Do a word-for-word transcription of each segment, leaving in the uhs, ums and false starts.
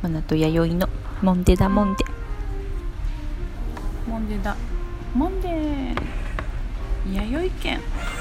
マナと弥生のモンデだモンデモンデだモンデ弥生県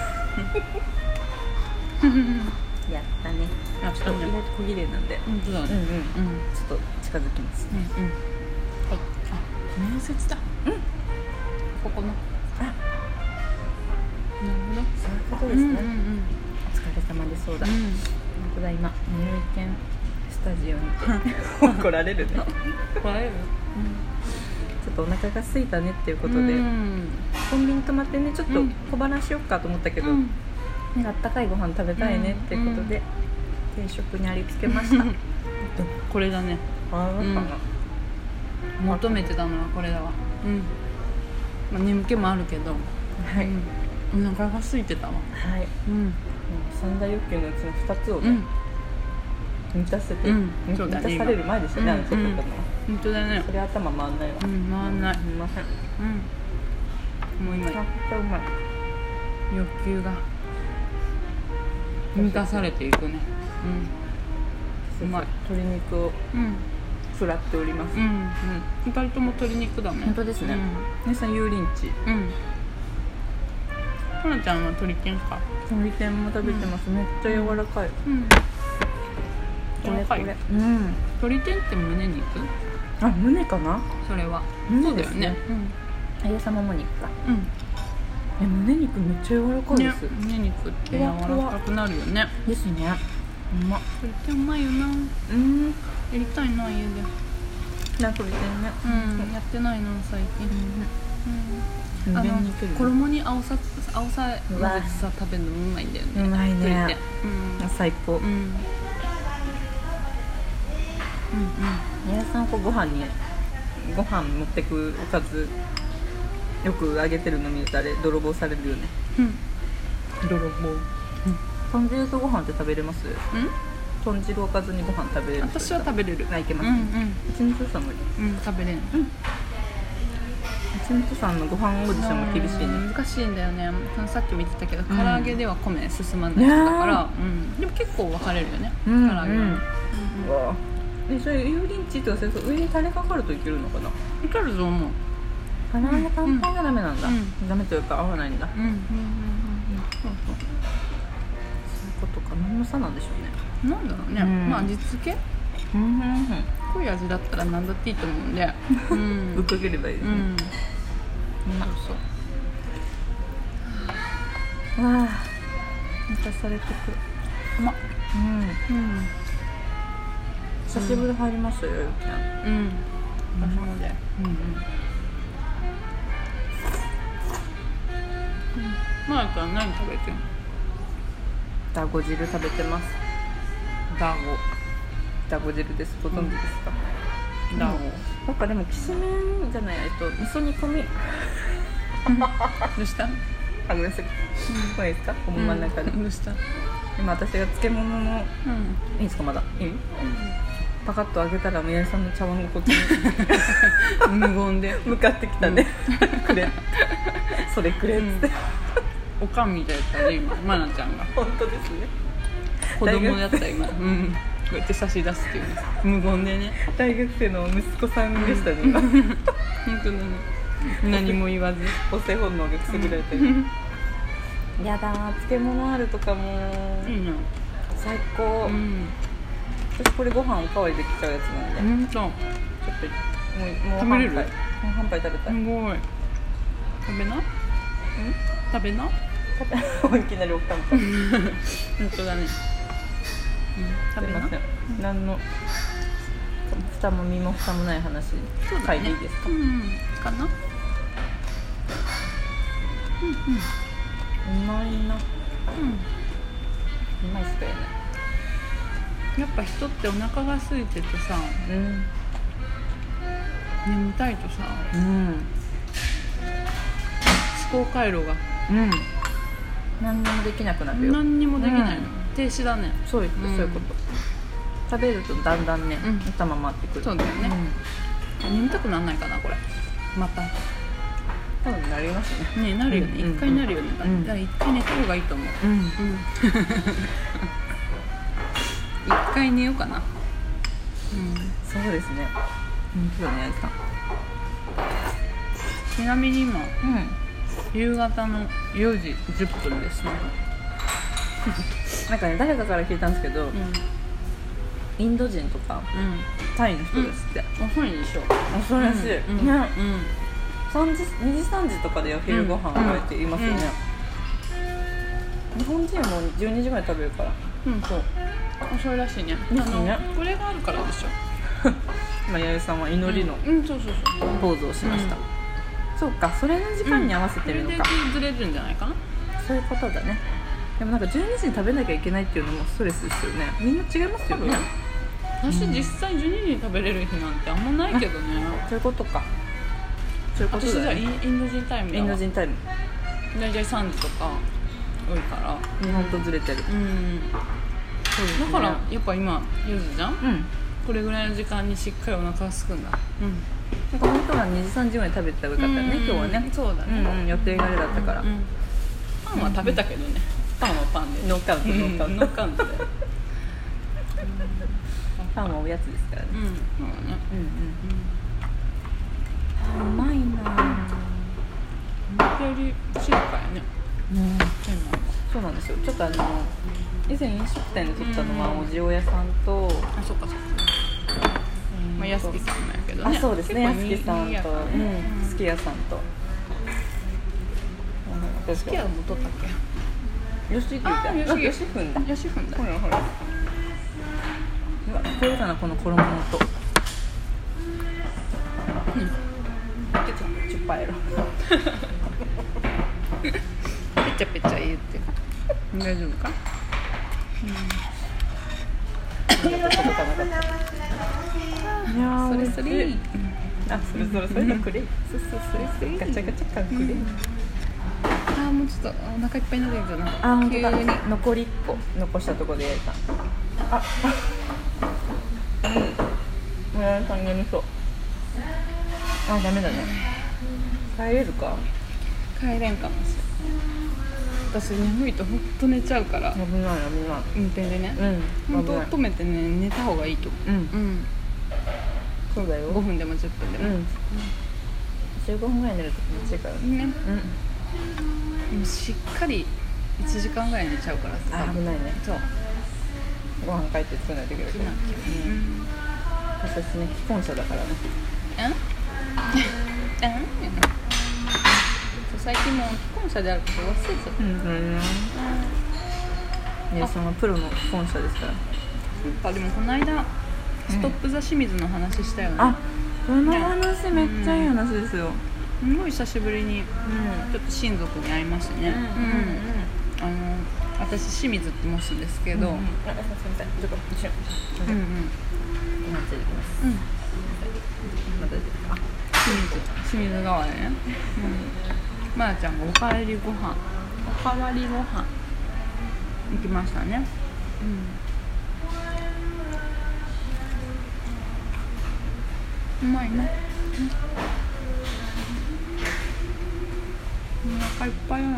やったね。 あ、 ちょっと意外と小綺麗なんで、 本当だね。 うんうん、 うん、 ちょっと近づきます。 うんうん。はい。あ、面接だ。 うん。 ここの。 あ、 なるほど。 そういうことですね。 うんうんうん。 お疲れ様でそうだ。 うん、 本当だ、今弥生県スタジオにて怒られるね。 怒られる。 ちょっとお腹が空いたねっていうことで、 うん、 コンビニ泊まってね、ちょっとうん小話しよっかと思ったけど、 うん、 なんかあったかいご飯食べたいねっていうことで、定食にありつけました。 これだね。 あー、かな。 求めてたのはこれだわ。うん。まあ眠気もあるけど、 はい、 うん、お腹が空いてたわ。 はい。 うん。 三大欲求のうちのふたつをね、 うん満たせて、 うん満そうだねたされる前でしたね、あの今うん人ったのは。 本当だね。 それ頭回んないわ。 うん、回んない。 すみません。 うん。もう今めちゃくちゃうまい。 欲求が満たされていくね。うまい。 鶏肉をうん。うん。 食らっております。 うん。うん。二人とも鶏肉だね。 本当ですね。皆さん油淋鶏。 うん。うん。かなちゃんは鶏天か。 鶏天も食べてます。めっちゃ柔らかい。 うん。 これこれ。 柔らかい。 うん。 鶏天って胸肉？ あ、胸かな？ それは。 胸ですね。 うん。 あやさまも肉か。 うん。 え、胸肉めっちゃ柔らかいねです。、 胸肉って柔らかくなるよね。 ですね。うまっ。 鶏天うまいよな。やうん。 りたいな家で。 なんか鶏天ね。 うん。やってないな最近。うん。あの上に来る衣に青さ青さ混うわぜてさ食べるのもうまいんだよね。 うまいね。 鶏天。 あ、最高。 うん。うん。うんあやさんこうご飯にご飯持ってくおかずよくあげてるの見るとあれ泥棒されるよね。 うん。泥棒。 豚汁とご飯って食べれます？ うん。 豚汁おかずにご飯食べれる？ 私は食べれる。 あ、いけますね。 うんうん一日さんもうん食べれん。 一日さんのご飯オーディションも厳しいね。 難しいんだよね。さっきも言ってたけど、唐揚げでは米進まない人だから、うん、でも結構分かれるよね、唐うん揚げは。 うんうわえ、それ油淋鶏とかそう上にタレかかるといけるのかな？ いけると思う。 唐揚げ単体がダメなんだ、 うんダメというか合わないんだ、 うんうんうんうんそうそうそういうことか。何の差なんでしょうね。 なんだろうね、 うんまあ味付けうんうんうん濃い味だったら何だっていいと思うんで、うんぶっかければいいですね、 うんまそうそうわあ満たされてく。 うまっ。 うんうん久しぶり入りましたよ、ゆきちゃん。 うん私もでうんうんまやちゃん何食べてんの？ だご汁食べてます。 だだご汁です。ご存知ですか？ ごだごなんかでもきしめんじゃない、えっと味噌煮込み。 どうした？ あ、ごめんなさい。これいいですか？この真ん中で。 うんどうした？ 今私が漬物のうんいいですか、まだいい？パカッと開けたら宮井さんの茶碗がこっちに無言で向かってきたね。くれ。それくれっつって。 おかんみたいだったね今まなちゃんが本当ですね。 子供だった今うんこうやって差し出すっていうね無言でね大学生の息子さんでしたね。今本当だね何も言わず母性本能がくすぐられてる。やだー、漬物あるとかもいいな最高、 うん私これご飯おかわりできちゃうやつなんで、 ほんとちょっともうもう食べれる半杯もう半杯食べたい、 すごい食べな食べな食べいきなりおかんと本当だね、うん、食べなすいません、何の蓋も身も蓋もない話そうだね書いていいですか？ うんかなうんうまいな、ううんまいしか言えない。 やっぱ人ってお腹が空いててさうん眠たいとさうん思考回路がうん何にもできなくなるよ。 何にもできないの、 うん停止だね。 そういう、 うんそういうこと。食べるとだんだんね、 うん頭回ってくる。 そうだよね、眠たくなんないかなこれまた多分なりますね。 ねなるよね一、 うん回なるよね、 うんだから一回寝た方がいいと思ううんうん一回寝ようかなうんそうですね。本当だね、さん。 ちなみに今うん。 夕方のよじじゅっぷんですね。 なんかね、誰かから聞いたんですけど、 うんインド人とかうんタイの人ですって。 遅いでしょ。 あ、そうらしい。 うんね。 うん三時、にじさんじとかでお昼ご飯を食べていますよね。日本人もじゅうにじぐらい食べるから。 うんそう遅いらしいね。 ですねあのこれがあるからでしょ。 今弥生さんは祈りのうん、うん、そうそうそう。 ポーズをしました。 うんそうか、それの時間に合わせてるのか。 それでずれるんじゃないかな。 そういうことだね。でもなんかじゅうにじに食べなきゃいけないっていうのもストレスですよね。みんな違いますよね。 私実際じゅうにじに食べれる日なんてあんまないけどね。 そういうことか。そういうこと私じゃあイだね。 ンインド人タイムだイわ。 ンド人タイム。 大体さんじとか多いから。 日本とずれてる。 うんそうですね。 だからやっぱ今よじじゃん、 うん。 これぐらいの時間にしっかりお腹が空くんだ。うんなんか本当はにじさんじぐらいに食べたらよかったね、今日はね。 そうだね、 うんうん、予定があれだったから。 うんうんパンは食べたけどね、パンはパンでノーカウント、ノーカウント。 ノーカウントでパンはおやつですからね。 うんそうだねうんうん。うまいな思ったより静かやね。 ぁ。うん。そうなんですよ。ちょっとあの以前飲食店で撮ったのはおじおやさんと、 あ、そっかそっか。まあ安木さんなんやけどね。 あ、そうですね。安木さんと、 賑やかねうん、すき家さんと。 すき家も撮ったっけ。 よしって言った。 あーよしよしくんだ。 よしふんだ。 ほらほら。うわ、これかな、この衣の音。 うん。 チュッパエロ。 ぺちゃぺちゃ言って大丈夫か。 届かなかった。いやー、 それそれ。 あ、それそれそれのくれ。 そうそうそれそれ。 ガチャガチャ感くれ。 あーもうちょっとお腹いっぱいになってるけどな。 あ、本当急だ。 に。 残りいっこ残したところで焼いた。あ、あ、うん。やさん眠そう。あ、ダメだね。帰れるか。 帰れんかもしれない。私眠いとほんと寝ちゃうから。 危ない危ない。 運転でね。 うん。 本当危ない止めてね寝た方がいいと思うん。 う。うん。 そうだよ。 ごふんでもじゅっぷんでも。 うん。じゅうごふんぐらい寝ると気持ちいいからね。 ね。 うん。 もうしっかりいちじかんぐらい寝ちゃうからさ。 あ、危ないね。 そう。 ご飯帰って作らないといけないから。 なきゃ。 う。 うんん。 私ね、既婚者だからね。 うん？うん？最近もう既婚者であることを忘れちゃった。 うんうん。ね、そのプロの既婚者ですから。 なんかでもこの間ストップザ清水の話したよね。 あ、この話めっちゃいい話ですよ。 すごい久しぶりにうん。 ちょっと親族に会いましてね。 うんうんうん。 あの私清水って申すんですけど、うんあ、すみません。ちょっと一瞬。 うんうん、 ご飯ついてきます。また出てきた。 清水清水川でね、うん、まやちゃんがおかえりご飯おかわりご飯行きましたね。うん、うまいな。うん、お腹いっぱいやな。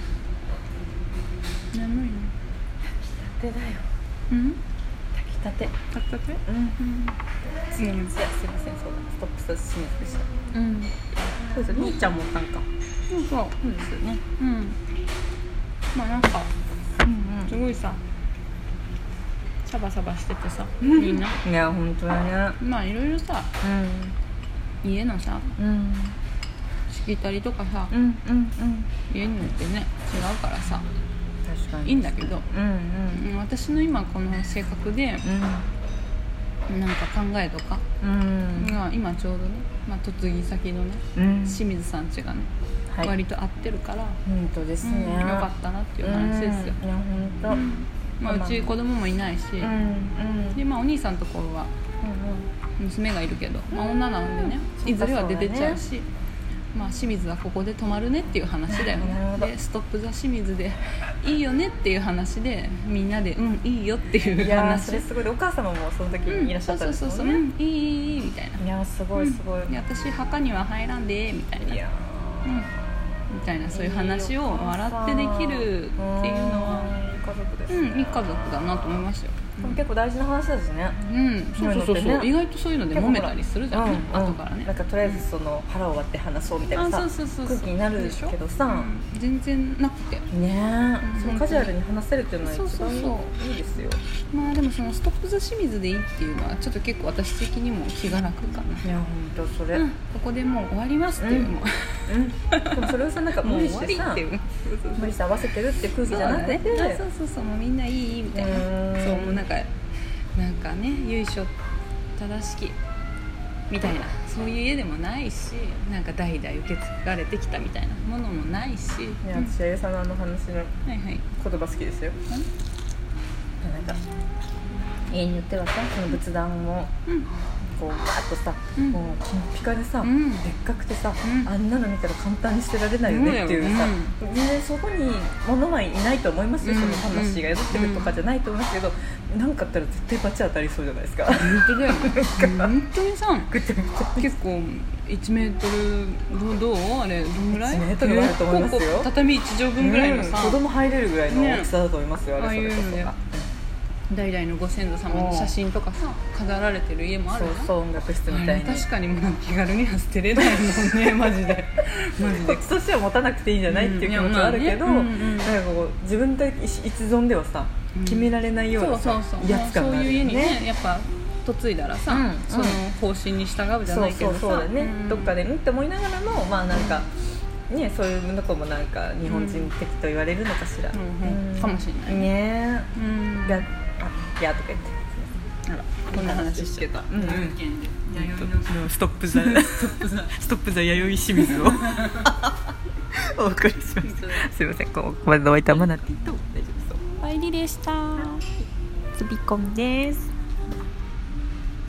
眠いね。 手だよ。 うん炊きたて。 炊きたて。 うん。 うんすみません、すみません、そうだ。ストップさ清水でした。 うんそうですよ。兄ちゃんもおったんか。 そうそうそうですよね。 うんまあなんかうんすごいさサバサバしててさみんなうん。いや、本当だね。 まあいろいろさ家のさうん。うん。 しきたりとかさうんうんうん。 家によってね違うからさ確かに。 いいんだけど、 うんうん。 うん、私の今この性格でなんか考えとかうん。うん。 が今ちょうどね、まあ、嫁ぎ先のねうん。 清水さん家がね、 はい。 割と合ってるから、 本当ですうん、 ね。 よかったなっていう話ですよ。 うんいや、本当。 うんまあ、うち子供もいないし、 うんうん。 でまあ、お兄さんのところは娘がいるけど、まあ、女なのでねいずれは出てっちゃうしまあ、清水はここで泊まるねっていう話だよなるほどねでストップザ清水でいいよねっていう話でみんなでうんいいよっていういやー、 話それすごい。お母様もその時にいらっしゃったんですそうそうそうそう、 もんね。 うん、いいいいいいみたいないやー、すごいすごい。 で私墓には入らんでみたいないやうん、みたいなそういう話を笑ってできるっていうのはいい家族ですね。 うんいい家族だなと思いましたよでも結構大事な話だしね。 うんそうそうそうそう、ね、意外とそういうので揉めたりするじゃん、ね、うん、後からね。 なんかとりあえずその腹を割って話そうみたいなさ空気になるけどさ、 うん、全然なくてねえ、うん、そのカジュアルに話せるっていうのは一番いい、そうそうそういいですよ。 まあでもそのストップ・ザ・清水でいいっていうのはちょっと結構私的にも気が楽かな。 いや本当それ、うん、 ここでもう終わりますっていうのも、 うんうん、でもそれをさなんか無理してさ無理して合わせてるって空気じゃなくて、 そう、ね、そうそうそうもうみんないいみたいな、そうもうなんかなんかね由緒正しきみたいなそういう家でもないし、なんか代々受け継がれてきたみたいなものもないし。 いや私はゆうさんのあの話の言葉好きですよ、 はいはい、 なんか家によってはさその仏壇をこうガーッとさ、うん、もう金ピカでさ、うん、でっかくてさ、うん、あんなの見たら簡単に捨てられないよねっていうさ、うん、全然そこに物はいないと思いますよ、うん、その魂が宿ってるとかじゃないと思いますけど、何かあったら絶対バチ当たりそうじゃないですか。 本当だよ本当にさ結構いちメートル ど, どうあれどんぐらいいちメートルはあると思いますよ。畳いち畳分ぐらいのさ、 うん、子供入れるぐらいの大きさだと思いますよ、ね、あれそれこそ。ああいうので代々のご先祖様の写真とかさ飾られてる家もあるじゃん。 そうそう音楽室みたいに。 確かにもう気軽には捨てれないもんねマジでマジでこっちとしては持たなくていいんじゃない、うん、っていう気持ちはあるけど、うんうん、なんかこう自分で一存ではさ、うん、決められないようなさ、 そうそう威圧感があるよね。 そういう家にねやっぱ嫁いだらさ、うん、その方針に従うじゃないけどさ、 そうそうそうだね、うん、どっかでうんって思いながらもまあなんか、うんね、そういうのこもなんか日本人的と言われるのかしら、 うんうん、かもしれないねえ、 うんがいやとか言ってあらこんな話してた、うんうん、 ストップザストップザ弥生清水をお送りしました。すいません、ここまでのお相手はマナティと大丈夫そうバイリでした。 つびこんです。